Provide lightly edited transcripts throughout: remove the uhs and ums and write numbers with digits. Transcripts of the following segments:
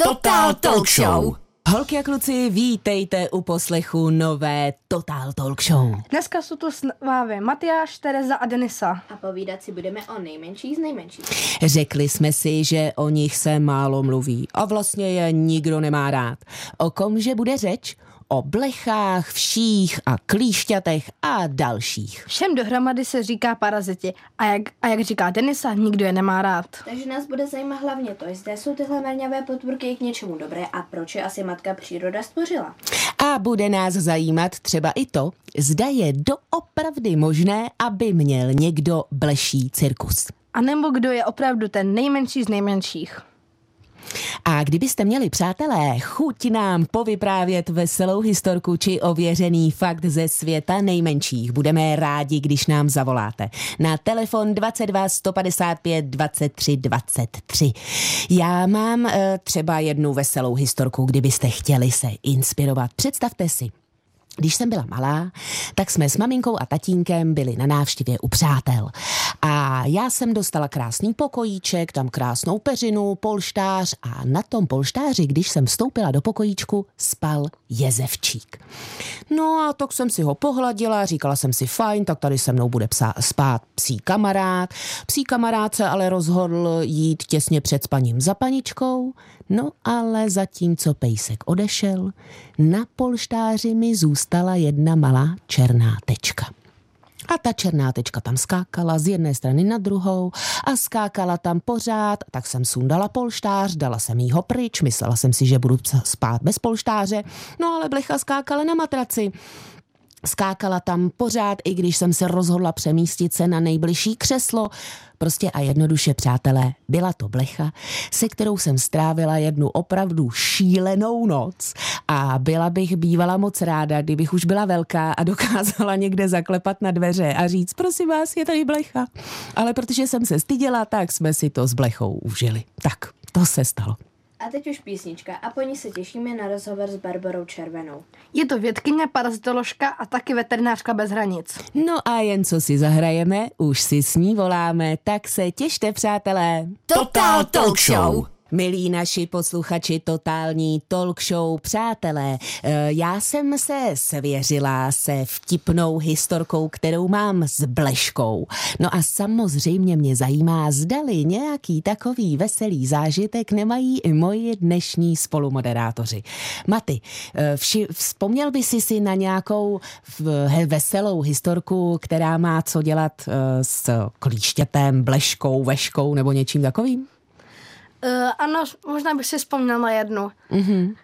Total Talk Show. Holky a kluci, vítejte u poslechu nové Total Talk Show. Dneska jsou tu s vámi Matyáš, Tereza a Denisa. A povídat si budeme o nejmenších z nejmenších. Řekli jsme si, že o nich se málo mluví a vlastně je nikdo nemá rád. O komže bude řeč? O blechách, vších a klíšťatech a dalších. Všem dohromady se říká paraziti a jak říká Denisa, nikdo je nemá rád. Takže nás bude zajímat hlavně to, zda jsou tyhle mrňavé potvůrky k něčemu dobré a proč je asi matka příroda stvořila. A bude nás zajímat třeba i to, zda je doopravdy možné, aby měl někdo bleší cirkus. A nebo kdo je opravdu ten nejmenší z nejmenších. A kdybyste měli, přátelé, chuť nám povyprávět veselou historku či ověřený fakt ze světa nejmenších, budeme rádi, když nám zavoláte na telefon 22 155 23 23. Já mám třeba jednu veselou historku, kdybyste chtěli se inspirovat. Představte si, když jsem byla malá, tak jsme s maminkou a tatínkem byli na návštěvě u přátel. A já jsem dostala krásný pokojíček, tam krásnou peřinu, polštář a na tom polštáři, když jsem vstoupila do pokojíčku, spal jezevčík. No a tak jsem si ho pohladila, říkala jsem si fajn, tak tady se mnou bude spát psí kamarád. Psí kamarád se ale rozhodl jít těsně před spaním za paničkou, no ale zatímco pejsek odešel, na polštáři mi zůstala jedna malá černá tečka. A ta černá tečka tam skákala z jedné strany na druhou a skákala tam pořád, tak jsem sundala polštář, dala jsem jí ho pryč, myslela jsem si, že budu spát bez polštáře, no ale blecha skákala na matraci. Skákala tam pořád, i když jsem se rozhodla přemístit se na nejbližší křeslo. Prostě a jednoduše, přátelé, byla to blecha, se kterou jsem strávila jednu opravdu šílenou noc a byla bych bývala moc ráda, kdybych už byla velká a dokázala někde zaklepat na dveře a říct, prosím vás, je tady blecha. Ale protože jsem se styděla, tak jsme si to s blechou užili. Tak, to se stalo. A teď už písnička a po ní se těšíme na rozhovor s Barborou Červenou. Je to vědkyně, parazitoložka a taky veterinářka bez hranic. No a jen co si zahrajeme, už si s ní voláme, tak se těšte, přátelé. Total Talk Show. Milí naši posluchači totální talk show, přátelé, já jsem se svěřila se vtipnou historkou, kterou mám s bleškou. No a samozřejmě mě zajímá, zdali nějaký takový veselý zážitek nemají i moji dnešní spolumoderátoři. Maty, vzpomněl by si na nějakou veselou historku, která má co dělat s klíšťatem, bleškou, veškou nebo něčím takovým? Ano, možná bych si vzpomněl na jednu. Mm-hmm.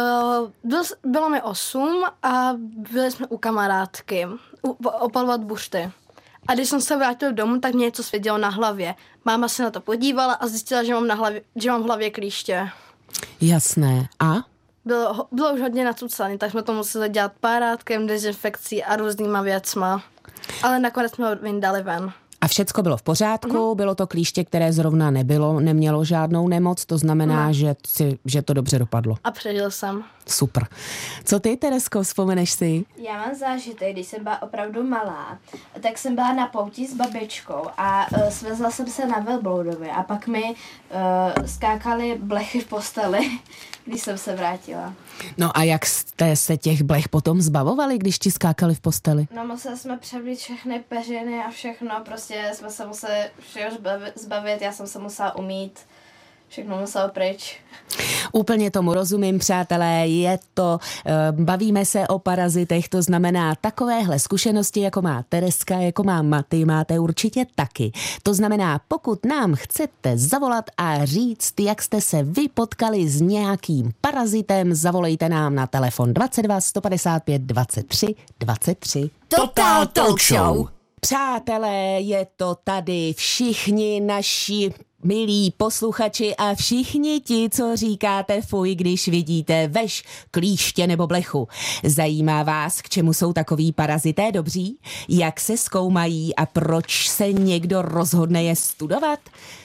Bylo mi 8 a byli jsme u kamarádky opalovat buřty. A když jsem se vrátil domů, tak mě něco svědělo na hlavě. Máma se na to podívala a zjistila, že mám v hlavě klíště. Jasné. A? Bylo už hodně nacucaný, tak jsme to museli dělat párátkem, dezinfekcí a různýma věcma. Ale nakonec jsme ho vyndali ven. A všecko bylo v pořádku, bylo to klíště, které zrovna nemělo žádnou nemoc, to znamená, že to dobře dopadlo. A přežil jsem. Super. Co ty, Teresko, vzpomeneš si? Já mám zážitek, když jsem byla opravdu malá, tak jsem byla na pouti s babičkou a svezla jsem se na velbloudovi a pak mi skákaly blechy v posteli, když jsem se vrátila. No a jak jste se těch blech potom zbavovali, když ti skákali v posteli? No museli jsme převlít všechny peřiny a všechno, prostě jsme se museli všeho zbavit, já jsem se musela umýt. Všechno muselo pryč. Úplně tomu rozumím, přátelé, bavíme se o parazitech, to znamená takovéhle zkušenosti, jako má Tereska, jako má Maty, máte určitě taky. To znamená, pokud nám chcete zavolat a říct, jak jste se vy potkali s nějakým parazitem, zavolejte nám na telefon 22 155 23 23. Total Talk Show. Přátelé, je to tady, všichni naši milí posluchači a všichni ti, co říkáte fuj, když vidíte veš, klíště nebo blechu. Zajímá vás, k čemu jsou takový parazité dobří? Jak se zkoumají a proč se někdo rozhodne je studovat?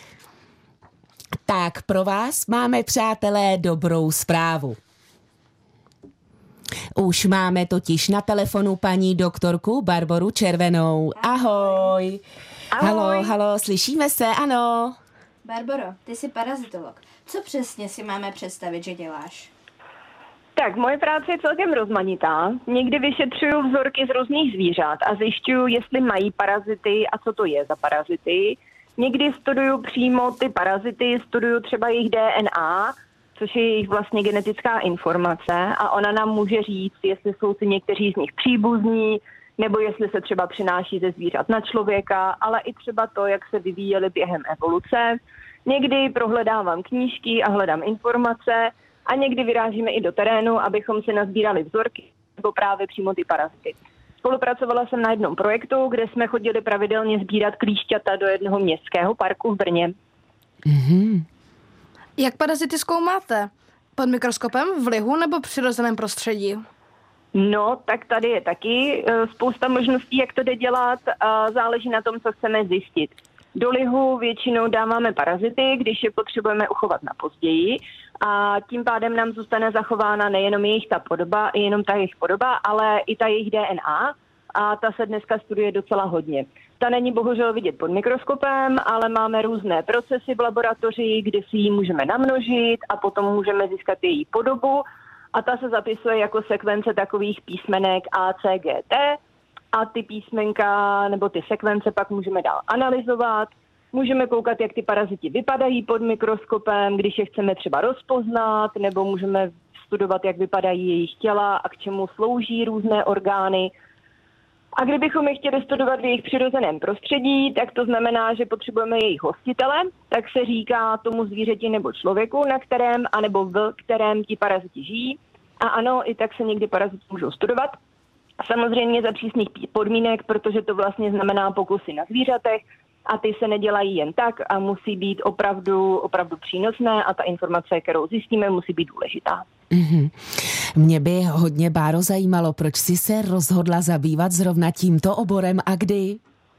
Tak pro vás máme, přátelé, dobrou zprávu. Už máme totiž na telefonu paní doktorku Barboru Červenou. Ahoj. Ahoj. Halo, slyšíme se, ano. Barboro, ty jsi parazitolog. Co přesně si máme představit, že děláš? Tak, moje práce je celkem rozmanitá. Někdy vyšetřuju vzorky z různých zvířat a zjišťuju, jestli mají parazity a co to je za parazity. Někdy studuju přímo ty parazity, studuju třeba jejich DNA, což je jejich vlastně genetická informace a ona nám může říct, jestli jsou si někteří z nich příbuzní, nebo jestli se třeba přináší ze zvířat na člověka, ale i třeba to, jak se vyvíjeli během evoluce. Někdy prohledávám knížky a hledám informace a někdy vyrážíme i do terénu, abychom si nazbírali vzorky nebo právě přímo ty parazity. Spolupracovala jsem na jednom projektu, kde jsme chodili pravidelně sbírat klíšťata do jednoho městského parku v Brně. Mm-hmm. Jak parazity zkoumáte? Pod mikroskopem, v lihu nebo v přirozeném prostředí? No, tak tady je taky spousta možností, jak to jde dělat. Záleží na tom, co chceme zjistit. Do lihu většinou dáváme parazity, když je potřebujeme uchovat na později a tím pádem nám zůstane zachována nejenom jejich ta podoba, jenom ta jejich podoba, ale i ta jejich DNA a ta se dneska studuje docela hodně. Ta není bohužel vidět pod mikroskopem, ale máme různé procesy v laboratoři, kde si ji můžeme namnožit a potom můžeme získat její podobu a ta se zapisuje jako sekvence takových písmenek A, C, G, T a ty písmenka nebo ty sekvence pak můžeme dál analyzovat. Můžeme koukat, jak ty paraziti vypadají pod mikroskopem, když je chceme třeba rozpoznat, nebo můžeme studovat, jak vypadají jejich těla a k čemu slouží různé orgány. A kdybychom je chtěli studovat v jejich přirozeném prostředí, tak to znamená, že potřebujeme jejich hostitele, tak se říká tomu zvířeti nebo člověku, na kterém, anebo v kterém ti paraziti žijí. A ano, i tak se někdy paraziti můžou studovat. Samozřejmě za přísných podmínek, protože to vlastně znamená pokusy na zvířatech a ty se nedělají jen tak a musí být opravdu přínosné a ta informace, kterou zjistíme, musí být důležitá. Mm-hmm. Mě by hodně, Báro, zajímalo, proč jsi se rozhodla zabývat zrovna tímto oborem a kdy?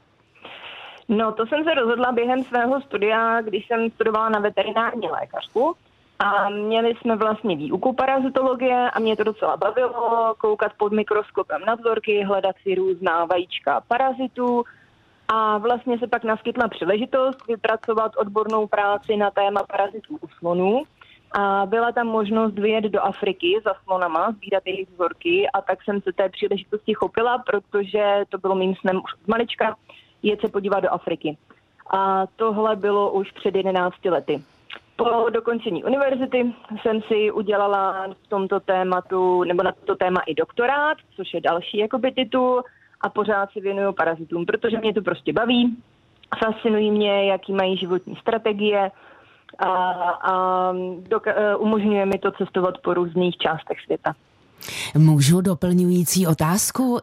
No, to jsem se rozhodla během svého studia, když jsem studovala na veterinární lékařku. A měli jsme vlastně výuku parazitologie a mě to docela bavilo, koukat pod mikroskopem na vzorky, hledat si různá vajíčka parazitů a vlastně se pak naskytla příležitost vypracovat odbornou práci na téma parazitů u slonů a byla tam možnost vyjet do Afriky za slonama, sbírat jejich vzorky a tak jsem se té příležitosti chopila, protože to bylo mým snem už od malička, jet se podívat do Afriky. A tohle bylo už před 11 lety. Po dokončení univerzity jsem si udělala v tomto tématu, nebo na toto téma i doktorát, což je další jakoby titul a pořád se věnuju parazitům, protože mě to prostě baví, fascinují mě, jaký mají životní strategie a umožňuje mi to cestovat po různých částech světa. Můžu doplňující otázku?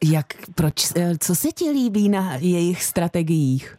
Co se ti líbí na jejich strategiích?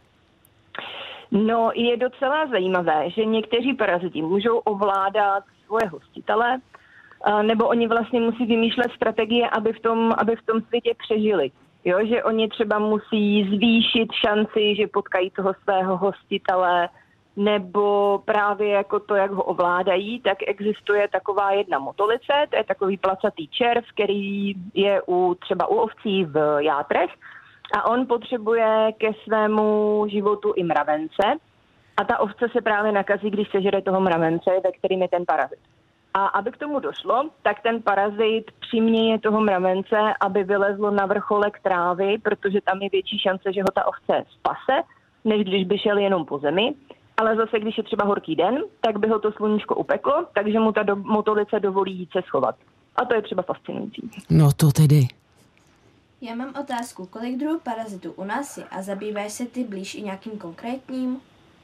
No, je docela zajímavé, že někteří paraziti můžou ovládat svoje hostitele, nebo oni vlastně musí vymýšlet strategie, aby v tom světě přežili. Jo, že oni třeba musí zvýšit šanci, že potkají toho svého hostitele, nebo právě jako to, jak ho ovládají, tak existuje taková jedna motolice, to je takový placatý červ, který je třeba u ovcí v játrech, a on potřebuje ke svému životu i mravence a ta ovce se právě nakazí, když sežere toho mravence, ve kterým je ten parazit. A aby k tomu došlo, tak ten parazit přiměje toho mravence, aby vylezlo na vrcholek trávy, protože tam je větší šance, že ho ta ovce spase, než když by šel jenom po zemi. Ale zase, když je třeba horký den, tak by ho to sluníčko upeklo, takže mu ta motolice dovolí jít se schovat. A to je třeba fascinující. No to tedy. Já mám otázku, kolik druhů parazitů u nás je a zabýváš se ty blíž i nějakým konkrétním?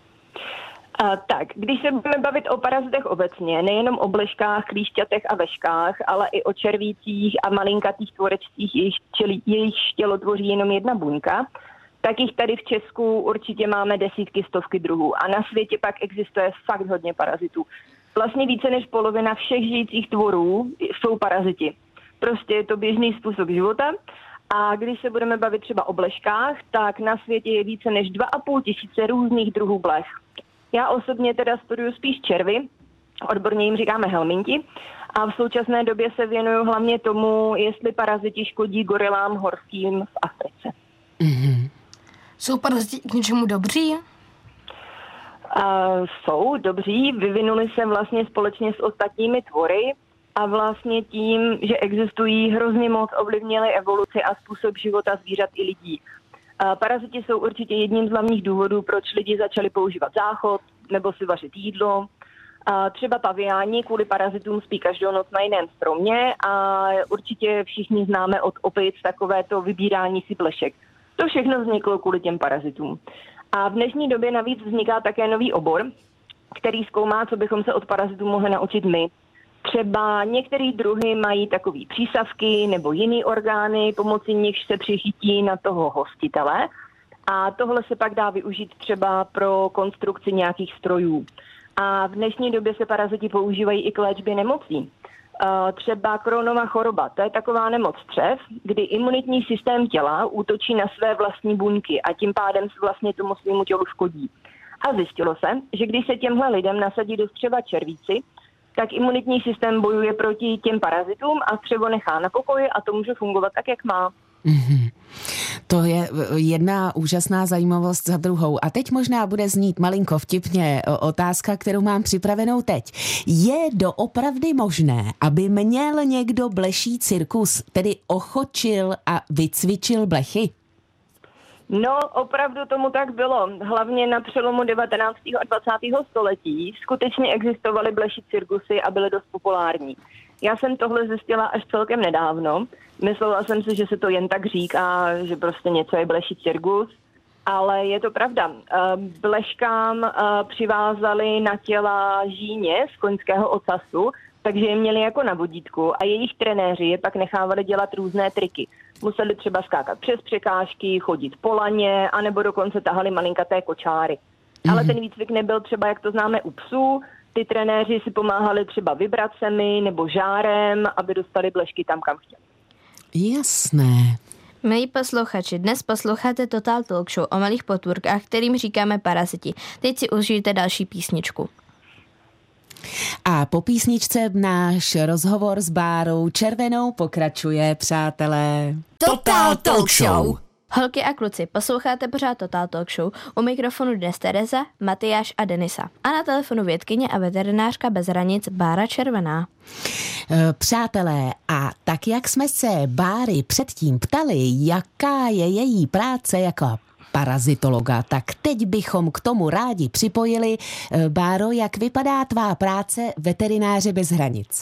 Tak, když se budeme bavit o parazitech obecně, nejenom o bleškách, klíšťatech a veškách, ale i o červících a malinkatých tvorečcích, jejich tělo tvoří jenom jedna buňka, tak jich tady v Česku určitě máme desítky, stovky druhů. A na světě pak existuje fakt hodně parazitů. Vlastně více než polovina všech žijících tvorů jsou paraziti. Prostě je to běžný způsob života. A když se budeme bavit třeba o bleškách, tak na světě je více než 2,5 tisíce různých druhů blech. Já osobně teda studuju spíš červy, odborně jim říkáme helminti, a v současné době se věnuju hlavně tomu, jestli paraziti škodí gorilám horským v Africe. Mm-hmm. Jsou paraziti k něčemu dobří? Jsou dobří, vyvinuli se vlastně společně s ostatními tvory a vlastně tím, že existují, hrozně moc ovlivnili evoluci a způsob života zvířat i lidí. Paraziti jsou určitě jedním z hlavních důvodů, proč lidi začali používat záchod nebo si vařit jídlo. Třeba paviáni kvůli parazitům spí každou noc na jiném stromě a určitě všichni známe od opic takovéto vybírání si blešek. To všechno vzniklo kvůli těm parazitům. A v dnešní době navíc vzniká také nový obor, který zkoumá, co bychom se od parazitů mohli naučit my. Třeba některé druhy mají takové přísavky nebo jiné orgány, pomocí nichž se přichytí na toho hostitele. A tohle se pak dá využít třeba pro konstrukci nějakých strojů. A v dnešní době se paraziti používají i k léčbě nemocí. Třeba Crohnova choroba, to je taková nemoc střev, kdy imunitní systém těla útočí na své vlastní buňky a tím pádem se vlastně tomu svému tělu škodí. A zjistilo se, že když se těmhle lidem nasadí do střeva červíci, tak imunitní systém bojuje proti těm parazitům a střevo nechá na pokoji a to může fungovat tak, jak má. Mm-hmm. To je jedna úžasná zajímavost za druhou. A teď možná bude znít malinko vtipně otázka, kterou mám připravenou teď. Je doopravdy možné, aby měl někdo bleší cirkus, tedy ochočil a vycvičil blechy? No, opravdu tomu tak bylo. Hlavně na přelomu 19. a 20. století skutečně existovaly bleší cirkusy a byly dost populární. Já jsem tohle zjistila až celkem nedávno. Myslela jsem si, že se to jen tak říká, že prostě něco je bleší cirkus, ale je to pravda. Bleškám přivázali na těla žíně z koňského ocasu, takže je měli jako na vodítku a jejich trenéři je pak nechávali dělat různé triky. Museli třeba skákat přes překážky, chodit po laně, anebo dokonce tahali malinkaté kočáry. Ale ten výcvik nebyl třeba, jak to známe u psů. Ty trenéři si pomáhali třeba vibracemi nebo žárem, aby dostali blešky tam, kam chtěli. Jasné. Milí posluchači, dnes posloucháte Total Talk Show o malých potvůrkách, kterým říkáme paraziti. Teď si užijte další písničku. A po písničce náš rozhovor s Bárou Červenou pokračuje, přátelé. Total Talk Show. Holky a kluci, posloucháte pořád Total Talk Show. U mikrofonu dnes Tereza, Matyáš a Denisa. A na telefonu vědkyně a veterinářka bez hranic Bára Červená. Přátelé, a tak jak jsme se Báry předtím ptali, jaká je její práce jako parazitologa, tak teď bychom k tomu rádi připojili. Báro, jak vypadá tvá práce veterináře bez hranic?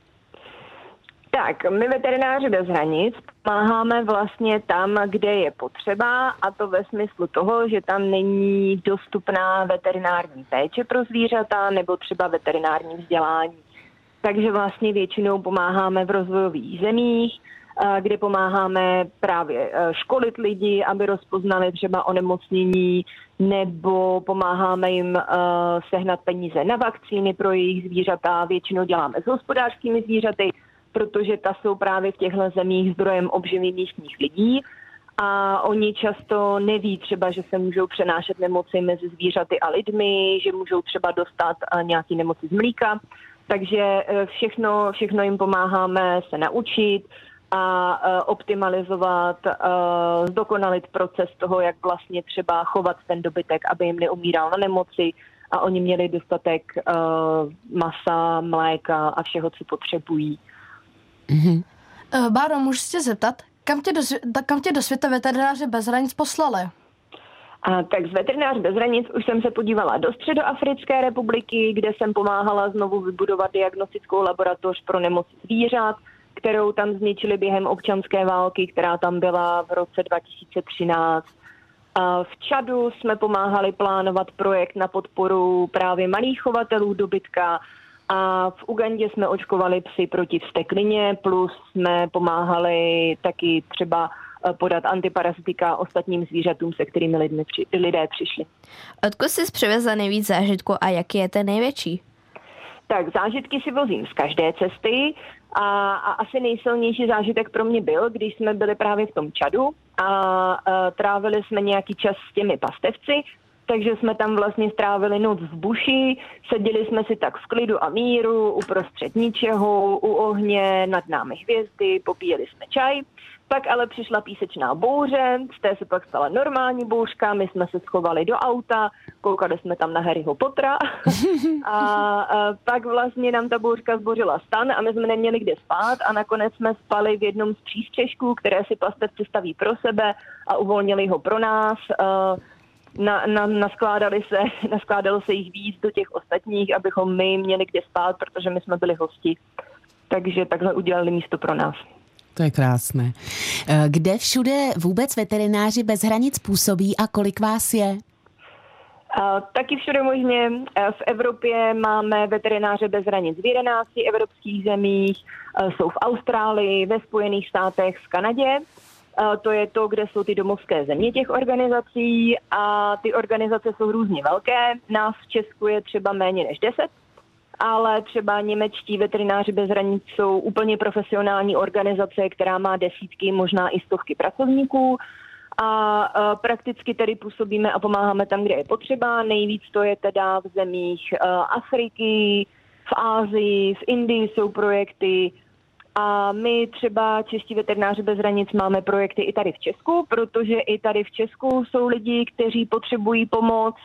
Tak, my veterináři bez hranic pomáháme vlastně tam, kde je potřeba, a to ve smyslu toho, že tam není dostupná veterinární péče pro zvířata nebo třeba veterinární vzdělání. Takže vlastně většinou pomáháme v rozvojových zemích, kde pomáháme právě školit lidi, aby rozpoznali třeba onemocnění, nebo pomáháme jim sehnat peníze na vakcíny pro jejich zvířata. Většinou děláme s hospodářskými zvířaty, protože ta jsou právě v těchto zemích zdrojem obživy místních lidí a oni často neví třeba, že se můžou přenášet nemoci mezi zvířaty a lidmi, že můžou třeba dostat nějaké nemoci z mlíka, takže všechno jim pomáháme se naučit a optimalizovat, zdokonalit proces toho, jak vlastně třeba chovat ten dobytek, aby jim neumíral na nemoci a oni měli dostatek masa, mléka a všeho, co potřebují. Mm-hmm. Báro, můžu se tě zeptat, kam tě do světa veterináře bez hranic poslali? Tak z veterinář bez hranic už jsem se podívala do Středoafrické republiky, kde jsem pomáhala znovu vybudovat diagnostickou laboratoř pro nemoci zvířat, kterou tam zničili během občanské války, která tam byla v roce 2013. V Čadu jsme pomáhali plánovat projekt na podporu právě malých chovatelů dobytka a v Ugandě jsme očkovali psy proti vzteklině, plus jsme pomáhali taky třeba podat antiparazitika ostatním zvířatům, se kterými lidé přišli. Odkud jsi přivezla nejvíc zážitku a jaký je ten největší? Tak zážitky si vozím z každé cesty a asi nejsilnější zážitek pro mě byl, když jsme byli právě v tom Čadu a trávili jsme nějaký čas s těmi pastevci takže jsme tam vlastně strávili noc v buši, seděli jsme si tak v klidu a míru, uprostřed ničeho, u ohně, nad námi hvězdy, popíjeli jsme čaj. Pak ale přišla písečná bouře, z té se pak stala normální bouřka, my jsme se schovali do auta, koukali jsme tam na Harryho Pottera a pak vlastně nám ta bouřka zbořila stan a my jsme neměli kde spát a nakonec jsme spali v jednom z přístřešků, které si pastevci staví pro sebe a uvolnili ho pro nás. Naskládalo se jich víc do těch ostatních, abychom my měli kde spát, protože my jsme byli hosti. Takže takhle udělali místo pro nás. To je krásné. Kde všude vůbec Veterináři bez hranic působí a kolik vás je? Taky všude možně. V Evropě máme Veterináře bez hranic v 11 evropských zemích, jsou v Austrálii, ve Spojených státech, v Kanadě. To je to, kde jsou ty domovské země těch organizací a ty organizace jsou různě velké. Nás v Česku je třeba méně než 10, ale třeba němečtí Veterináři bez hranic jsou úplně profesionální organizace, která má desítky, možná i stovky pracovníků a prakticky tedy působíme a pomáháme tam, kde je potřeba. Nejvíc to je teda v zemích Afriky, v Asii, v Indii jsou projekty a my třeba čeští Veterináři bez hranic máme projekty i tady v Česku, protože i tady v Česku jsou lidi, kteří potřebují pomoc.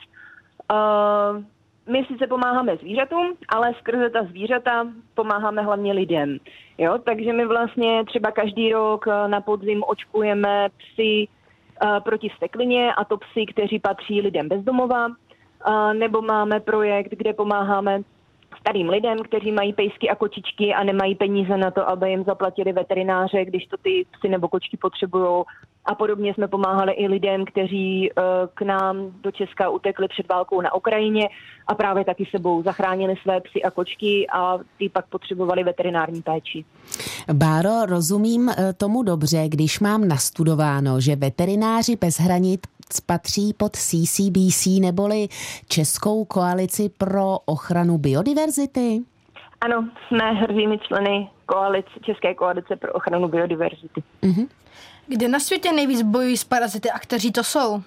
My sice pomáháme zvířatům, ale skrze ta zvířata pomáháme hlavně lidem. Jo? Takže my vlastně třeba každý rok na podzim očkujeme psy proti vzteklině, a to psy, kteří patří lidem bez domova. Nebo máme projekt, kde pomáháme starým lidem, kteří mají pejsky a kočičky a nemají peníze na to, aby jim zaplatili veterináře, když to ty psy nebo kočky potřebují. A podobně jsme pomáhali i lidem, kteří k nám do Česka utekli před válkou na Ukrajině a právě taky sebou zachránili své psy a kočky a ty pak potřebovali veterinární péči. Báro, rozumím tomu dobře, když mám nastudováno, že Veterináři bez hranic patří pod CCBC neboli Českou koalici pro ochranu biodiverzity? Ano, jsme hrdými členy České koalice pro ochranu biodiverzity. Mhm. Kde na světě nejvíc bojují s parazity a kteří to jsou?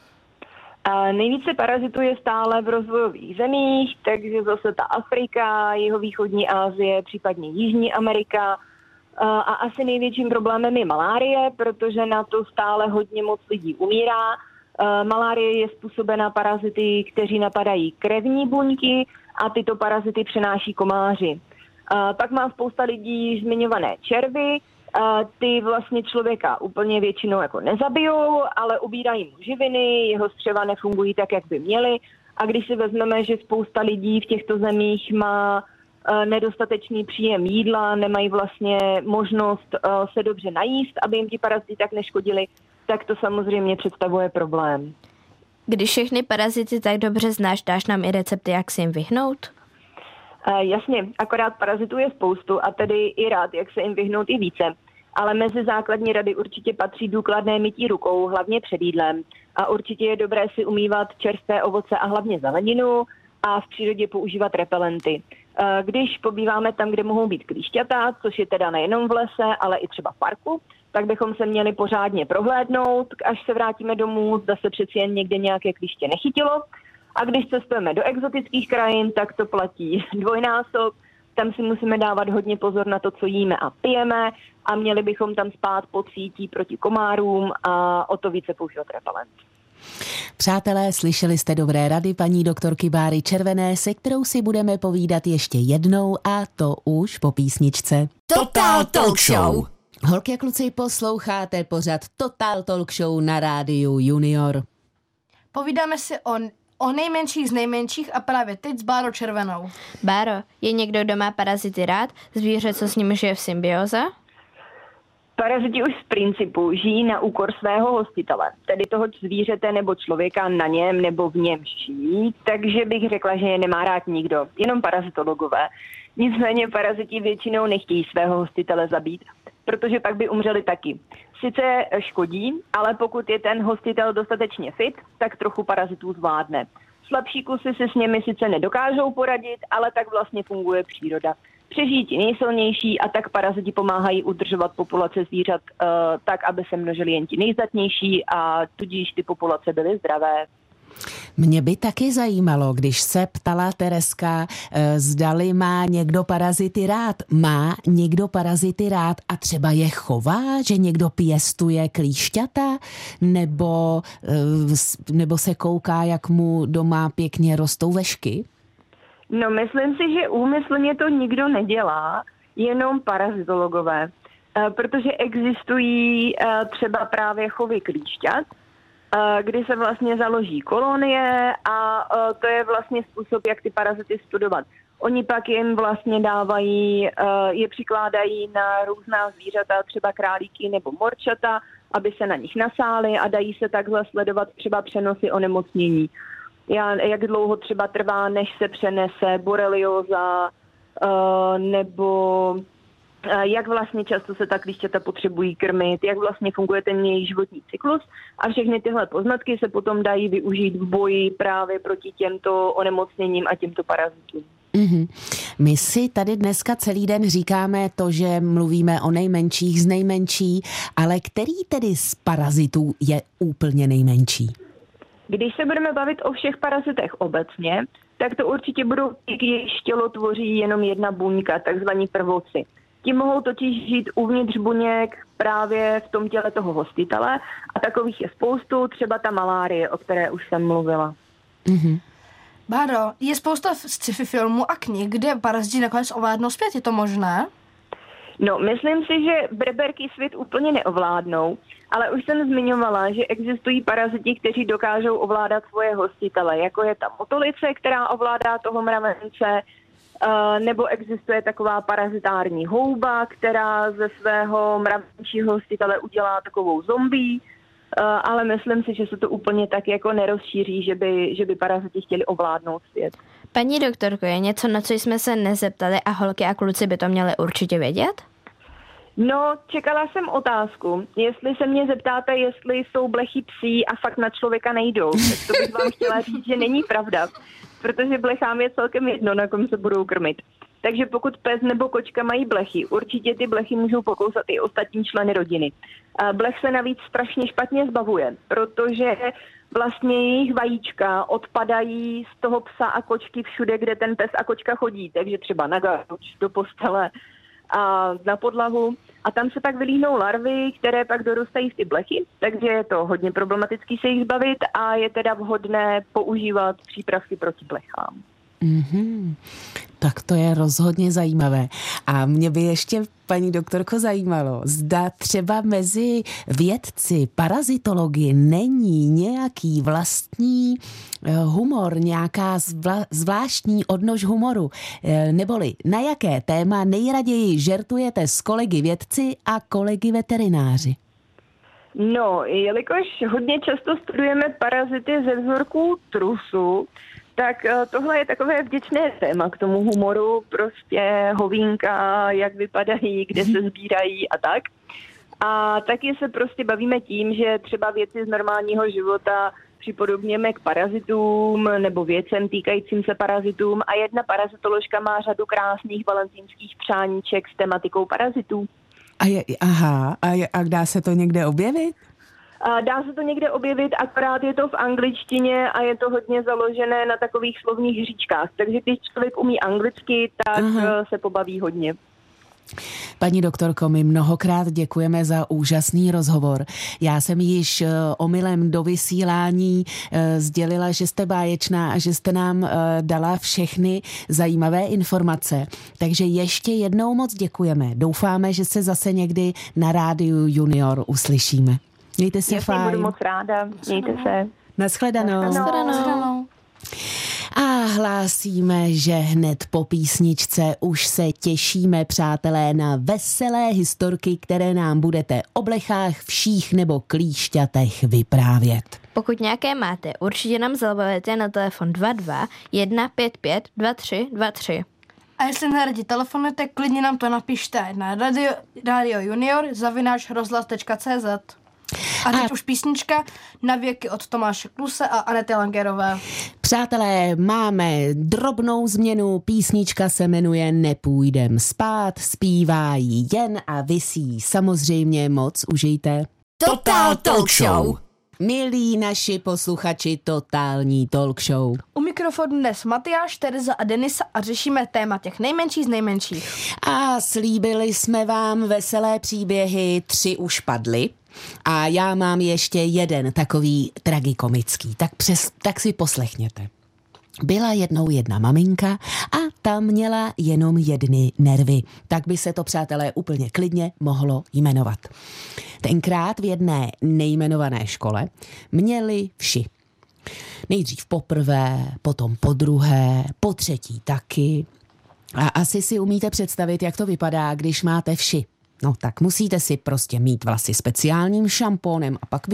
Nejvíce parazitů je stále v rozvojových zemích, takže zase ta Afrika, jihovýchodní Asie, případně Jižní Amerika. A asi největším problémem je malárie, protože na to stále hodně moc lidí umírá. Malárie je způsobena parazity, kteří napadají krevní buňky a tyto parazity přenáší komáři. Pak má spousta lidí zmiňované červy. Ty vlastně člověka úplně většinou jako nezabijou, ale ubírají mu živiny, jeho střeva nefungují tak, jak by měly. A když si vezmeme, že spousta lidí v těchto zemích má nedostatečný příjem jídla, nemají vlastně možnost se dobře najíst, aby jim ti parazity tak neškodili, tak to samozřejmě představuje problém. Když všechny parazity tak dobře znáš, dáš nám i recepty, jak se jim vyhnout? Jasně, akorát parazitů je spoustu a tedy i rád, jak se jim vyhnout i více. Ale mezi základní rady určitě patří důkladné mytí rukou, hlavně před jídlem. A určitě je dobré si umývat čerstvé ovoce a hlavně zeleninu a v přírodě používat repelenty. Když pobýváme tam, kde mohou být klíšťata, což je teda nejenom v lese, ale i třeba v parku, tak bychom se měli pořádně prohlédnout, až se vrátíme domů, zda se přeci jen někde nějaké klíště nechytilo. A když cestujeme do exotických krajin, tak to platí dvojnásob. Tam si musíme dávat hodně pozor na to, co jíme a pijeme a měli bychom tam spát pod sítí proti komárům a o to více používat repelent. Přátelé, slyšeli jste dobré rady paní doktorky Báry Červené, se kterou si budeme povídat ještě jednou a to už po písničce. Total Talk Show. Holky a kluci, posloucháte pořad Total Talk Show na rádiu Junior. Povídáme si o nejmenších z nejmenších a právě teď s Bárou Červenou. Báro, je někdo, kdo má parazity rád? Zvíře, co s ním žije v symbioze? Paraziti už z principu žijí na úkor svého hostitele, tedy toho zvířete nebo člověka na něm nebo v něm žijí, takže bych řekla, že je nemá rád nikdo, jenom parazitologové. Nicméně paraziti většinou nechtějí svého hostitele zabít, protože pak by umřeli taky. Sice škodí, ale pokud je ten hostitel dostatečně fit, tak trochu parazitů zvládne. Slabší kusy si s nimi sice nedokážou poradit, ale tak vlastně funguje příroda. Přežijí ti nejsilnější a tak paraziti pomáhají udržovat populace zvířat tak, aby se množili jen ti nejzdatnější a tudíž ty populace byly zdravé. Mě by taky zajímalo, když se ptala Tereska, zdali má někdo parazity rád. Má někdo parazity rád a třeba je chová, že někdo pěstuje klíšťata? Nebo se kouká, jak mu doma pěkně rostou vešky? No, myslím si, že úmyslně to nikdo nedělá, jenom parazitologové. Protože existují třeba právě chovy klíšťat, kdy se vlastně založí kolonie a to je vlastně způsob, jak ty parazity studovat. Oni pak jim vlastně dávají, je přikládají na různá zvířata, třeba králíky nebo morčata, aby se na nich nasály a dají se takhle sledovat třeba přenosy onemocnění. Jak dlouho třeba trvá, než se přenese borelioza, nebo jak vlastně často se ta klíšťata potřebují krmit, jak vlastně funguje ten jejich životní cyklus a všechny tyhle poznatky se potom dají využít v boji právě proti těmto onemocněním a těmto parazitům. Mm-hmm. My si tady dneska celý den říkáme to, že mluvíme o nejmenších z nejmenší, ale který tedy z parazitů je úplně nejmenší? Když se budeme bavit o všech parazitech obecně, tak to určitě budou jejich tělo tvoří jenom jedna buňka, takzvaní prvoci. Ti mohou totiž žít uvnitř buněk právě v tom těle toho hostitele a takových je spoustu, třeba ta malárie, o které už jsem mluvila. Mm-hmm. Báro, je spousta sci-fi filmů a knih, kde paraziti nakonec ovládnou svět, je to možné? No, myslím si, že breberky svět úplně neovládnou, ale už jsem zmiňovala, že existují paraziti, kteří dokážou ovládat svoje hostitele, jako je ta motolice, která ovládá toho mravence, nebo existuje taková parazitární houba, která ze svého mravčího hostitele udělá takovou zombie, ale myslím si, že se to úplně tak jako nerozšíří, že by paraziti chtěli ovládnout svět. Paní doktorko, je něco, na co jsme se nezeptali a holky a kluci by to měli určitě vědět? No, čekala jsem otázku. Jestli se mě zeptáte, jestli jsou blechy psí a fakt na člověka nejdou, tak to bych vám chtěla říct, že není pravda, protože blechám je celkem jedno, na kom se budou krmit. Takže pokud pes nebo kočka mají blechy, určitě ty blechy můžou pokousat i ostatní členy rodiny. Blech se navíc strašně špatně zbavuje, protože vlastně jejich vajíčka odpadají z toho psa a kočky všude, kde ten pes a kočka chodí, takže třeba na gauč, do postele a na podlahu. A tam se pak vylíhnou larvy, které pak dorůstají v ty blechy, takže je to hodně problematický se jich zbavit a je teda vhodné používat přípravky proti blechám. Mm-hmm. Tak to je rozhodně zajímavé. A mě by ještě, paní doktorko, zajímalo, zda třeba mezi vědci parazitology není nějaký vlastní humor, nějaká zvláštní odnož humoru, neboli na jaké téma nejraději žertujete s kolegy vědci a kolegy veterináři? No, jelikož hodně často studujeme parazity ze vzorků trusu, tak tohle je takové vděčné téma k tomu humoru, prostě hovínka, jak vypadají, kde se sbírají a tak. A taky se prostě bavíme tím, že třeba věci z normálního života připodobněme k parazitům nebo věcem týkajícím se parazitům a jedna parazitoložka má řadu krásných valentínských přáníček s tematikou parazitů. A dá se to někde objevit? Dá se to někde objevit, akorát je to v angličtině a je to hodně založené na takových slovních hříčkách. Takže když člověk umí anglicky, tak se pobaví hodně. Paní doktorko, my mnohokrát děkujeme za úžasný rozhovor. Já jsem již omylem do vysílání sdělila, že jste báječná a že jste nám dala všechny zajímavé informace. Takže ještě jednou moc děkujeme. Doufáme, že se zase někdy na Rádiu Junior uslyšíme. Mějte se fajn. Budu moc ráda. Mějte se. Naschledanou. A hlásíme, že hned po písničce už se těšíme, přátelé, na veselé historky, které nám budete o blechách, vších nebo klíšťatech vyprávět. Pokud nějaké máte, určitě nám zavolejte na telefon 22 155 2323. A jestli neradi telefonujete, klidně nám to napište na Radio Junior @rozhlas.cz. A teď už písnička Na věky od Tomáše Kluse a Anety Langerové. Přátelé, máme drobnou změnu, písnička se jmenuje Nepůjdem spát, zpívá jí Jen a visí. Samozřejmě moc užijte. Total Talk Show. Milí naši posluchači totální talk show. U mikrofonu dnes Matyáš, Tereza a Denisa a řešíme téma těch nejmenších z nejmenších. A slíbili jsme vám veselé příběhy, 3 už padly. A já mám ještě jeden takový tragikomický, tak si poslechněte. Byla jednou jedna maminka a ta měla jenom jedny nervy. Tak by se to, přátelé, úplně klidně mohlo jmenovat. Tenkrát v jedné nejmenované škole měli vši. Nejdřív poprvé, potom podruhé, potřetí taky. A asi si umíte představit, jak to vypadá, když máte vši. No tak musíte si prostě mít vlasy speciálním šampónem a pak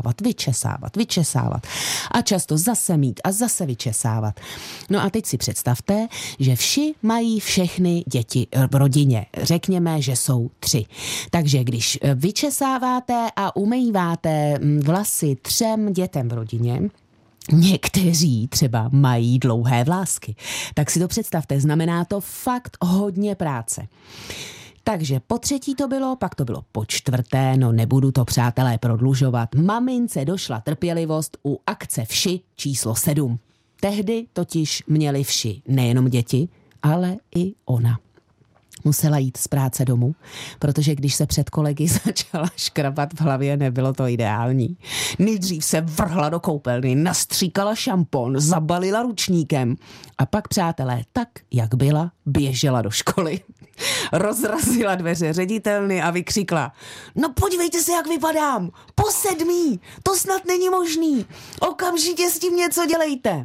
vyčesávat. A často zase mít a zase vyčesávat. No a teď si představte, že vši mají všechny děti v rodině. Řekněme, že jsou 3. Takže když vyčesáváte a umýváte vlasy 3 dětem v rodině, někteří třeba mají dlouhé vlásky, tak si to představte, znamená to fakt hodně práce. Takže po 3. to bylo, pak to bylo po 4., no nebudu to, přátelé, prodlužovat. Mamince došla trpělivost u akce vši číslo 7. Tehdy totiž měli vši nejenom děti, ale i ona. Musela jít z práce domů, protože když se před kolegy začala škrabat v hlavě, nebylo to ideální. Nejdřív se vrhla do koupelny, nastříkala šampon, zabalila ručníkem a pak, přátelé, tak, jak byla, běžela do školy. Rozrazila dveře ředitelny a vykřikla: no podívejte se, jak vypadám, po 7. To snad není možný, okamžitě s tím něco dělejte.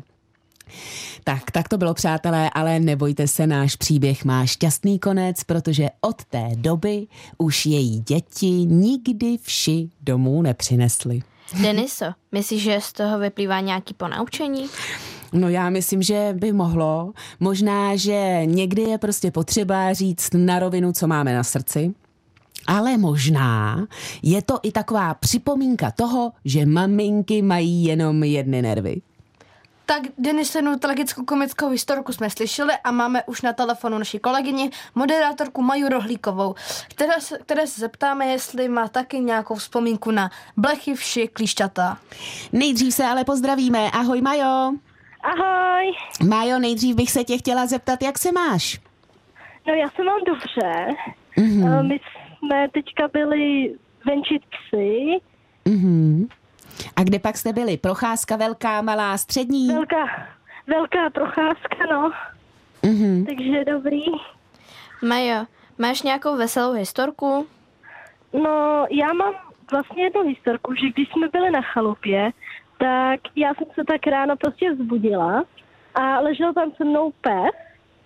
Tak to bylo, přátelé, ale nebojte se, náš příběh má šťastný konec, protože od té doby už její děti nikdy vši domů nepřinesly. Deniso, myslíš, že z toho vyplývá nějaký ponaučení? No já myslím, že by mohlo. Možná, že někdy je prostě potřeba říct na rovinu, co máme na srdci. Ale možná je to i taková připomínka toho, že maminky mají jenom jedny nervy. Tak Denisinu tragickou komickou historku jsme slyšeli a máme už na telefonu naši kolegyni, moderátorku Maju Rohlíkovou, které se zeptáme, jestli má taky nějakou vzpomínku na blechy, vši, klíšťata. Nejdřív se ale pozdravíme. Ahoj, Majo. Ahoj. Majo, nejdřív bych se tě chtěla zeptat, jak se máš? No já se mám dobře. Mm-hmm. My jsme teďka byli venčit psy. Mhm. A kde pak jste byli? Procházka velká, malá, střední? Velká procházka, no. Mhm. Takže dobrý. Majo, máš nějakou veselou historku? No, já mám vlastně jednu historku, že když jsme byli na chalupě, tak já jsem se tak ráno prostě vzbudila a ležel tam se mnou pes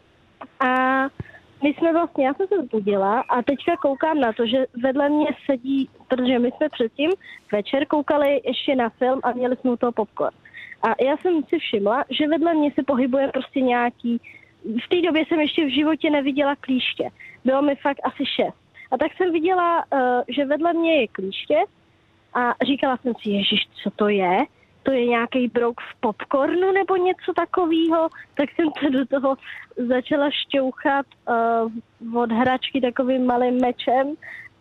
a já jsem se vzbudila a teďka koukám na to, že vedle mě sedí, protože my jsme předtím večer koukali ještě na film a měli jsme u toho popcorn. A já jsem si všimla, že vedle mě se pohybuje prostě nějaký, v té době jsem ještě v životě neviděla klíště. Bylo mi fakt asi 6. A tak jsem viděla, že vedle mě je klíště a říkala jsem si, ježiš, co to je? To je nějaký brouk v popcornu nebo něco takového, tak jsem to do toho začala šťouchat od hračky takovým malým mečem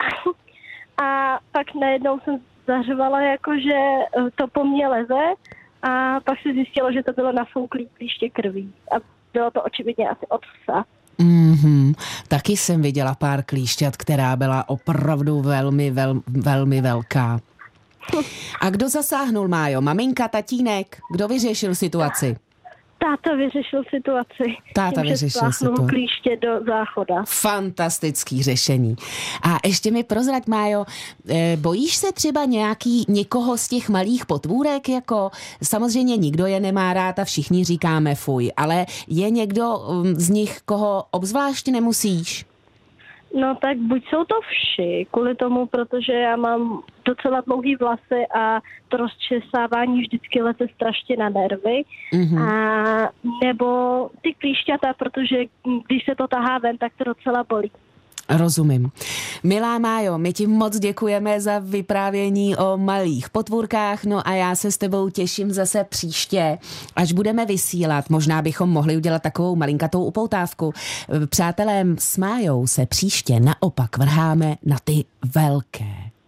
a pak najednou jsem zařvala, jakože to po mně leze a pak se zjistilo, že to bylo nafouklý klíště krví a bylo to očividně asi od psa. Mhm. Taky jsem viděla pár klíšťat, která byla opravdu velmi velká. A kdo zasáhnul, Májo? Maminka, tatínek? Kdo vyřešil situaci? Táta vyřešil situaci. Táta vyřešil situaci. Klíště do záchoda. Fantastický řešení. A ještě mi prozrať, Májo, bojíš se třeba někoho z těch malých potvůrek? Jako samozřejmě nikdo je nemá rád a všichni říkáme fuj, ale je někdo z nich, koho obzvlášť nemusíš? No tak buď jsou to vši, kvůli tomu, protože já mám docela dlouhý vlasy a to rozčesávání vždycky leze strašně na nervy. Mm-hmm. A nebo ty klíšťata, protože když se to tahá ven, tak to docela bolí. Rozumím. Milá Májo, my ti moc děkujeme za vyprávění o malých potvůrkách, no a já se s tebou těším zase příště, až budeme vysílat. Možná bychom mohli udělat takovou malinkatou upoutávku. Přátelé, s Májou se příště naopak vrháme na ty velké.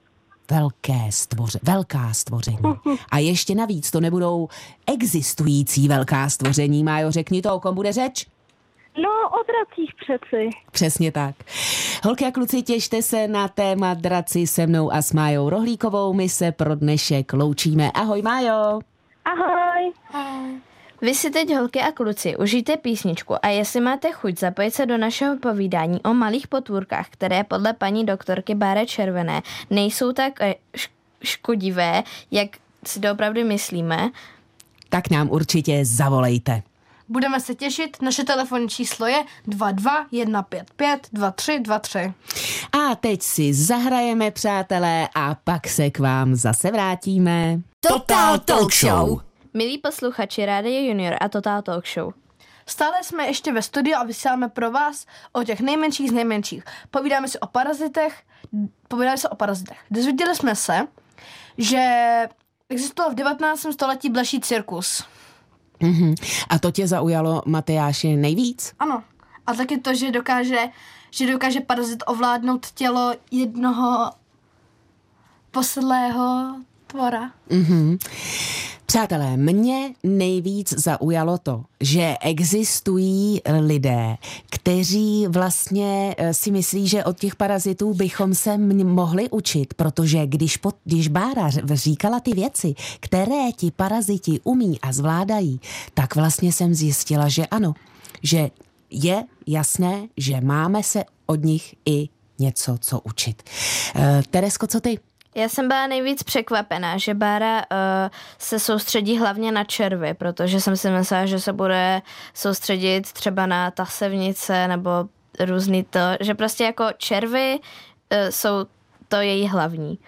velká stvoření. A ještě navíc to nebudou existující velká stvoření. Májo, řekni to, o kom bude řeč? No, o dracích přeci. Přesně tak. Holky a kluci, těšte se na téma draci se mnou a s Májou Rohlíkovou. My se pro dnešek loučíme. Ahoj, Májo. Ahoj. Vy si teď, holky a kluci, užijte písničku a jestli máte chuť zapojit se do našeho povídání o malých potvůrkách, které podle paní doktorky Báry Červené nejsou tak škodivé, jak si doopravdy myslíme, Tak nám určitě zavolejte. Budeme se těšit, naše telefonní číslo je 22 155 2323. A teď si zahrajeme, přátelé, a pak se k vám zase vrátíme. Total Talk Show. Milí posluchači Rádia Junior a Total Talk Show. Stále jsme ještě ve studiu a vysíláme pro vás o těch nejmenších z nejmenších. Povídáme si o parazitech. Dozvěděli jsme se, že existoval v 19. století bleší cirkus. A to tě zaujalo, Matyáši, nejvíc? Ano. A taky to, že dokáže parazit ovládnout tělo jednoho posedlého tvora. Přátelé, mě nejvíc zaujalo to, že existují lidé, kteří vlastně si myslí, že od těch parazitů bychom se mohli učit, protože když Bára říkala ty věci, které ti paraziti umí a zvládají, tak vlastně jsem zjistila, že ano, že je jasné, že máme se od nich i něco, co učit. Teresko, co ty? Já jsem byla nejvíc překvapená, že Bára se soustředí hlavně na červy, protože jsem si myslela, že se bude soustředit třeba na tasevnice nebo různý to, že prostě jako červy jsou to její hlavní.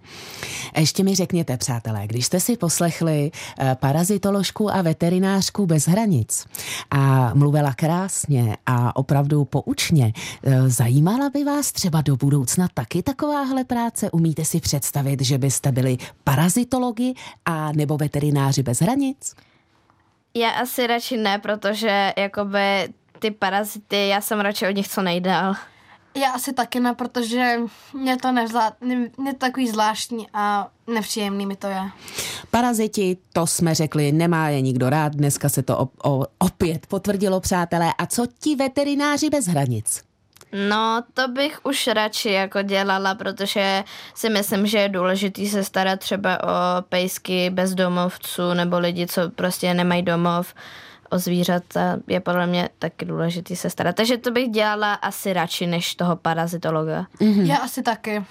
Ještě mi řekněte, přátelé, když jste si poslechli parazitoložku a veterinářku bez hranic a mluvila krásně a opravdu poučně, zajímala by vás třeba do budoucna taky takováhle práce? Umíte si představit, že byste byli parazitologi a nebo veterináři bez hranic? Já asi radši ne, protože jakoby ty parazity, já jsem radši od nich co nejdál. Já asi taky ne, protože mě to mě takový zvláštní a nepříjemný mi to je. Paraziti, to jsme řekli, nemá je nikdo rád, dneska se to opět potvrdilo, přátelé. A co ti veterináři bez hranic? No, to bych už radši jako dělala, protože si myslím, že je důležitý se starat třeba o pejsky bezdomovců nebo lidi, co prostě nemají domov. O zvířata je podle mě taky důležitý se starat. Takže to bych dělala asi radši než toho parazitologa. Já asi taky.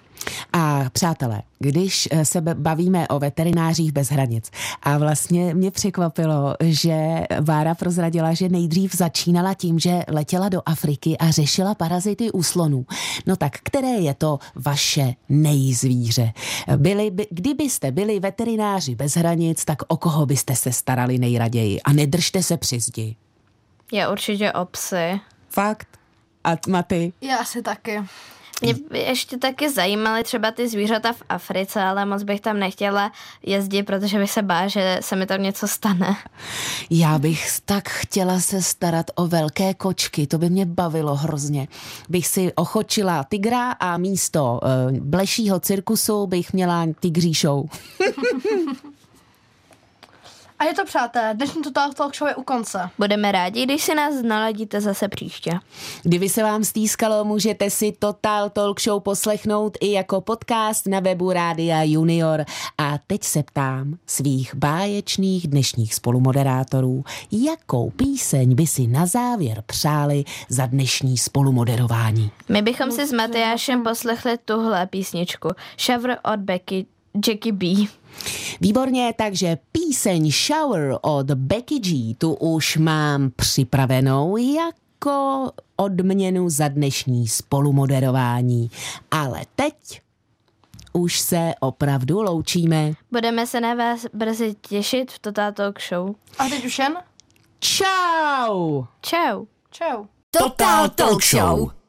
A přátelé, když se bavíme o veterinářích bez hranic a vlastně mě překvapilo, že Bára prozradila, že nejdřív začínala tím, že letěla do Afriky a řešila parazity u slonů. No tak které je to vaše nejzvíře? Kdybyste byli veterináři bez hranic, tak o koho byste se starali nejraději? A nedržte se při zdi. Já určitě o psy. Fakt? A Maty? Já asi taky. Mě by ještě taky zajímaly třeba ty zvířata v Africe, ale moc bych tam nechtěla jezdit, protože bych se bála, že se mi tam něco stane. Já bych tak chtěla se starat o velké kočky, to by mě bavilo hrozně. Bych si ochočila tygra a místo blešího cirkusu bych měla tygří show. A je to, přátelé, dnešní Total Talk Show je u konce. Budeme rádi, když si nás naladíte zase příště. Kdyby se vám stýskalo, můžete si Total Talk Show poslechnout i jako podcast na webu Rádia Junior. A teď se ptám svých báječných dnešních spolumoderátorů, jakou píseň by si na závěr přáli za dnešní spolumoderování. My bychom si s Matyášem poslechli tuhle písničku Shower od Jackie B. Výborně, takže píseň Shower od Becky G tu už mám připravenou jako odměnu za dnešní spolumoderování. Ale teď už se opravdu loučíme. Budeme se na vás brzy těšit v Total Talk Show. A teď už jen? Čau! Čau. Čau. Total Talk Show.